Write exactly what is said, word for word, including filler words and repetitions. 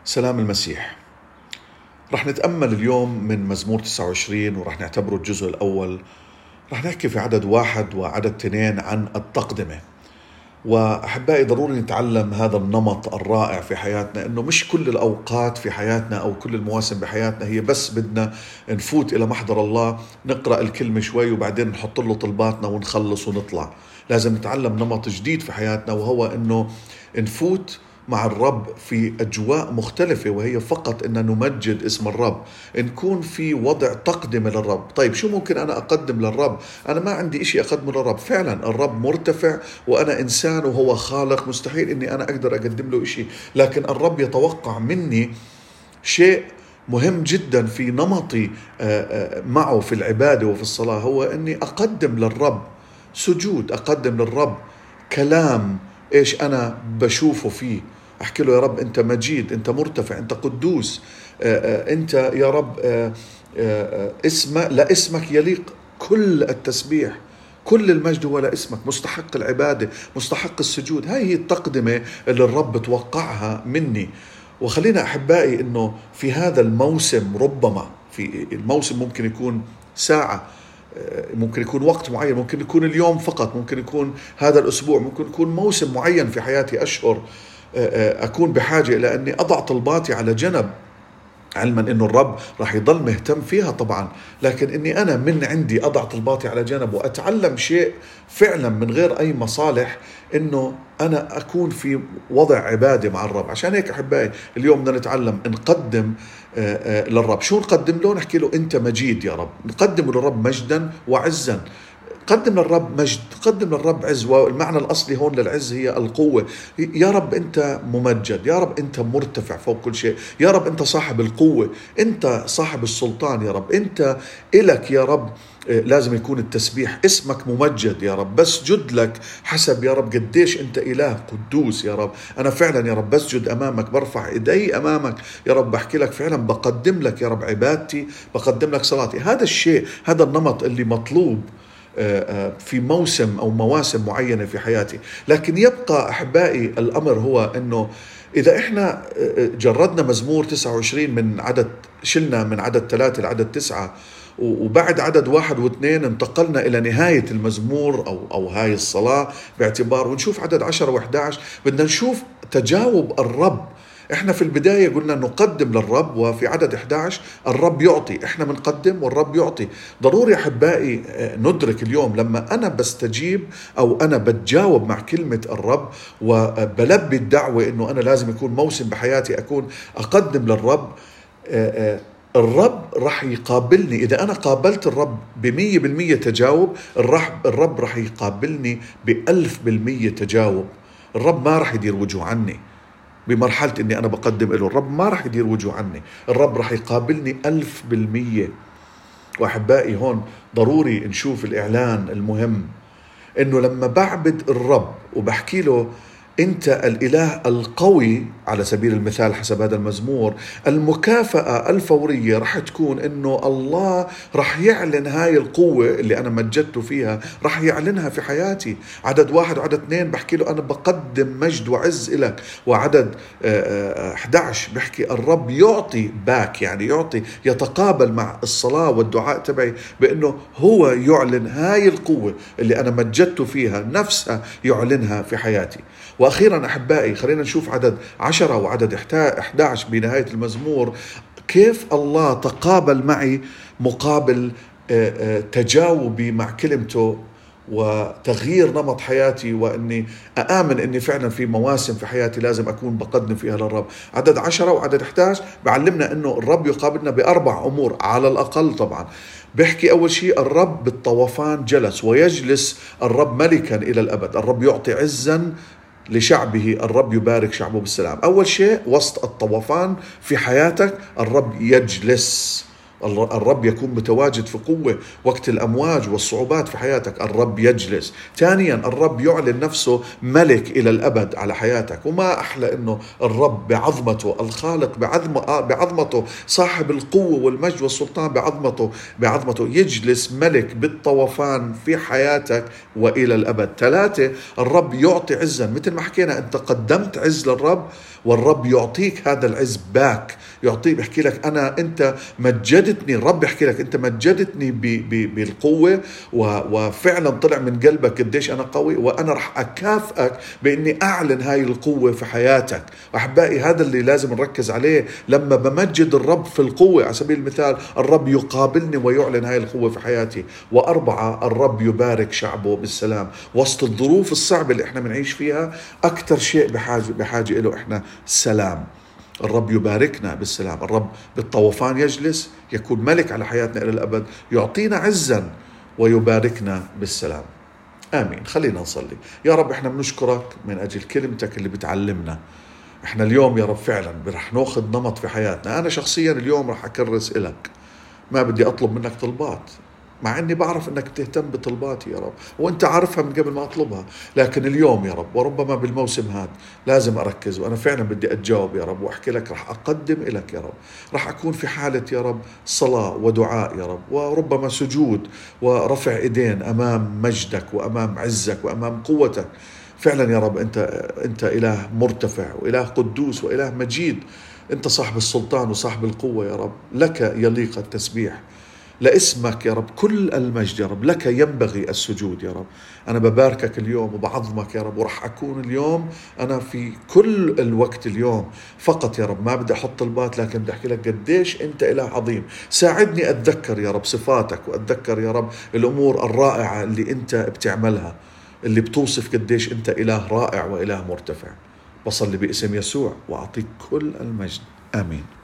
سلام المسيح. رح نتأمل اليوم من مزمور تسعة وعشرين ورح نعتبره الجزء الأول. رح نحكي في عدد واحد وعدد اثنين عن التقدمة. وأحبائي ضروري نتعلم هذا النمط الرائع في حياتنا، إنه مش كل الأوقات في حياتنا أو كل المواسم بحياتنا هي بس بدنا نفوت إلى محضر الله، نقرأ الكلمة شوي وبعدين نحط له طلباتنا ونخلص ونطلع. لازم نتعلم نمط جديد في حياتنا، وهو إنه نفوت مع الرب في أجواء مختلفة، وهي فقط أن نمجد اسم الرب، نكون في وضع تقدمة للرب. طيب شو ممكن أنا أقدم للرب؟ أنا ما عندي إشي أقدمه للرب. فعلا الرب مرتفع وأنا إنسان وهو خالق، مستحيل أني أنا أقدر أقدم له إشي، لكن الرب يتوقع مني شيء مهم جدا في نمطي معه في العبادة وفي الصلاة، هو أني أقدم للرب سجود، أقدم للرب كلام إيش أنا بشوفه فيه. أحكي له: يا رب أنت مجيد، أنت مرتفع، أنت قدوس، أنت يا رب اسم لا اسمك يليق كل التسبيح، كل المجد هو لاسمك، مستحق العبادة، مستحق السجود. هاي هي التقدمة اللي الرب توقعها مني. وخلينا أحبائي أنه في هذا الموسم، ربما في الموسم ممكن يكون ساعة، ممكن يكون وقت معين، ممكن يكون اليوم فقط، ممكن يكون هذا الأسبوع، ممكن يكون موسم معين في حياتي، أشهر، أكون بحاجة إلى أني أضع طلباتي على جنب، علما أنه الرب راح يضل مهتم فيها طبعا، لكن أني أنا من عندي أضع طلباتي على جنب وأتعلم شيء فعلا من غير أي مصالح، أنه أنا أكون في وضع عبادة مع الرب. عشان هيك أحبائي اليوم بدنا نتعلم نقدم للرب. شو نقدم له؟ نحكي له: أنت مجيد يا رب. نقدم للرب مجدا وعزا. قدم للرب مجد، قدم للرب عز، والمعنى الأصلي هون للعز هي القوة. يا رب أنت ممجد، يا رب أنت مرتفع فوق كل شيء، يا رب أنت صاحب القوة، أنت صاحب السلطان، يا رب أنت إلك يا رب لازم يكون التسبيح، اسمك ممجد يا رب، بسجد لك حسب يا رب قديش أنت إله قدوس يا رب. أنا فعلا يا رب بسجد أمامك، برفع إيدي أمامك يا رب، بحكي لك فعلا بقدم لك يا رب عبادتي، بقدم لك صلاتي. هذا الشيء، هذا النمط اللي مطلوب في موسم أو مواسم معينة في حياتي. لكن يبقى أحبائي الأمر هو أنه إذا إحنا جردنا مزمور تسعة وعشرين من عدد، شلنا من عدد ثلاثة لعدد تسعة، وبعد عدد واحد واثنين انتقلنا إلى نهاية المزمور أو أو هاي الصلاة باعتبار، ونشوف عدد عشرة وإحدى عشر، بدنا نشوف تجاوب الرب. احنا في البداية قلنا نقدم للرب، وفي عدد إحدى عشر الرب يعطي، احنا بنقدم والرب يعطي. ضروري أحبائي ندرك اليوم لما أنا بستجيب أو أنا بتجاوب مع كلمة الرب وبلبي الدعوة إنه أنا لازم يكون موسم بحياتي أكون أقدم للرب، الرب رح يقابلني. إذا أنا قابلت الرب بمية بالمية تجاوب، الرب رح يقابلني بألف بالمية تجاوب. الرب ما رح يدير وجهه عني بمرحلة إني أنا بقدم له، الرب ما رح يدير وجهه عني، الرب رح يقابلني ألف بالمية. وأحبائي هون ضروري نشوف الإعلان المهم، إنه لما بعبد الرب وبحكي له: أنت الإله القوي على سبيل المثال حسب هذا المزمور، المكافأة الفورية رح تكون إنه الله رح يعلن هاي القوة اللي أنا مجدته فيها، رح يعلنها في حياتي. عدد واحد وعدد اثنين بحكي له: أنا بقدم مجد وعز إلك. وعدد إحدى عشر بحكي الرب يعطي باك، يعني يعطي، يتقابل مع الصلاة والدعاء تبعي، بأنه هو يعلن هاي القوة اللي أنا مجدته فيها، نفسها يعلنها في حياتي. وأخيرا أحبائي خلينا نشوف عدد عشرة وعدد إحدى عشر بنهاية المزمور، كيف الله تقابل معي مقابل تجاوبي مع كلمته وتغيير نمط حياتي، وأني أآمن أني فعلا في مواسم في حياتي لازم أكون بقدم فيها للرب. عدد عشرة وعدد إحدى عشر بعلمنا أنه الرب يقابلنا بأربع أمور على الأقل. طبعا بيحكي أول شيء: الرب بالطوفان جلس، ويجلس الرب ملكا إلى الأبد، الرب يعطي عزا لشعبه، الرب يبارك شعبه بالسلام. أول شيء وسط الطوفان في حياتك الرب يجلس، الرب يكون متواجد في قوة وقت الأمواج والصعوبات في حياتك. الرب يجلس. ثانيا الرب يعلن نفسه ملك إلى الأبد على حياتك. وما أحلى أنه الرب بعظمته، الخالق بعظمته، صاحب القوة والمجد والسلطان بعظمته بعظمته يجلس ملك بالطوفان في حياتك وإلى الأبد. ثلاثة الرب يعطي عزا، مثل ما حكينا أنت قدمت عز للرب والرب يعطيك هذا العز باك، يعطيه. بيحكي لك أنا أنت مجدتني، الرب يحكي لك أنت مجدتني بالقوة وفعلا طلع من قلبك قديش أنا قوي، وأنا رح أكافئك بإني أعلن هاي القوة في حياتك. أحبائي هذا اللي لازم نركز عليه لما بمجد الرب في القوة. على سبيل المثال الرب يقابلني ويعلن هاي القوة في حياتي. وأربعة الرب يبارك شعبه بالسلام. وسط الظروف الصعبة اللي احنا بنعيش فيها أكثر شيء بحاجة بحاجة له احنا سلام. الرب يباركنا بالسلام. الرب بالطوفان يجلس، يكون ملك على حياتنا إلى الأبد، يعطينا عزا ويباركنا بالسلام. آمين. خلينا نصلي. يا رب احنا بنشكرك من أجل كلمتك اللي بتعلمنا. احنا اليوم يا رب فعلا رح ناخذ نمط في حياتنا. أنا شخصيا اليوم رح أكرس إلك، ما بدي أطلب منك طلبات، مع أني بعرف أنك بتهتم بطلباتي يا رب، وأنت عارفها من قبل ما أطلبها. لكن اليوم يا رب وربما بالموسم هذا لازم أركز، وأنا فعلا بدي أتجاوب يا رب وأحكي لك. رح أقدم إلك يا رب، رح أكون في حالة يا رب صلاة ودعاء يا رب، وربما سجود ورفع إيدين أمام مجدك وأمام عزك وأمام قوتك. فعلا يا رب أنت أنت إله مرتفع وإله قدوس وإله مجيد. أنت صاحب السلطان وصاحب القوة يا رب. لك يليق التسبيح، لاسمك يا رب كل المجد يا رب. لك ينبغي السجود يا رب. أنا بباركك اليوم وبعظمك يا رب، ورح أكون اليوم أنا في كل الوقت اليوم فقط يا رب ما بدي أحط طلبات، لكن بدي أحكي لك قديش أنت إله عظيم. ساعدني أتذكر يا رب صفاتك، وأتذكر يا رب الأمور الرائعة اللي أنت بتعملها، اللي بتوصف قديش أنت إله رائع وإله مرتفع. بصلي باسم يسوع وأعطيك كل المجد. آمين.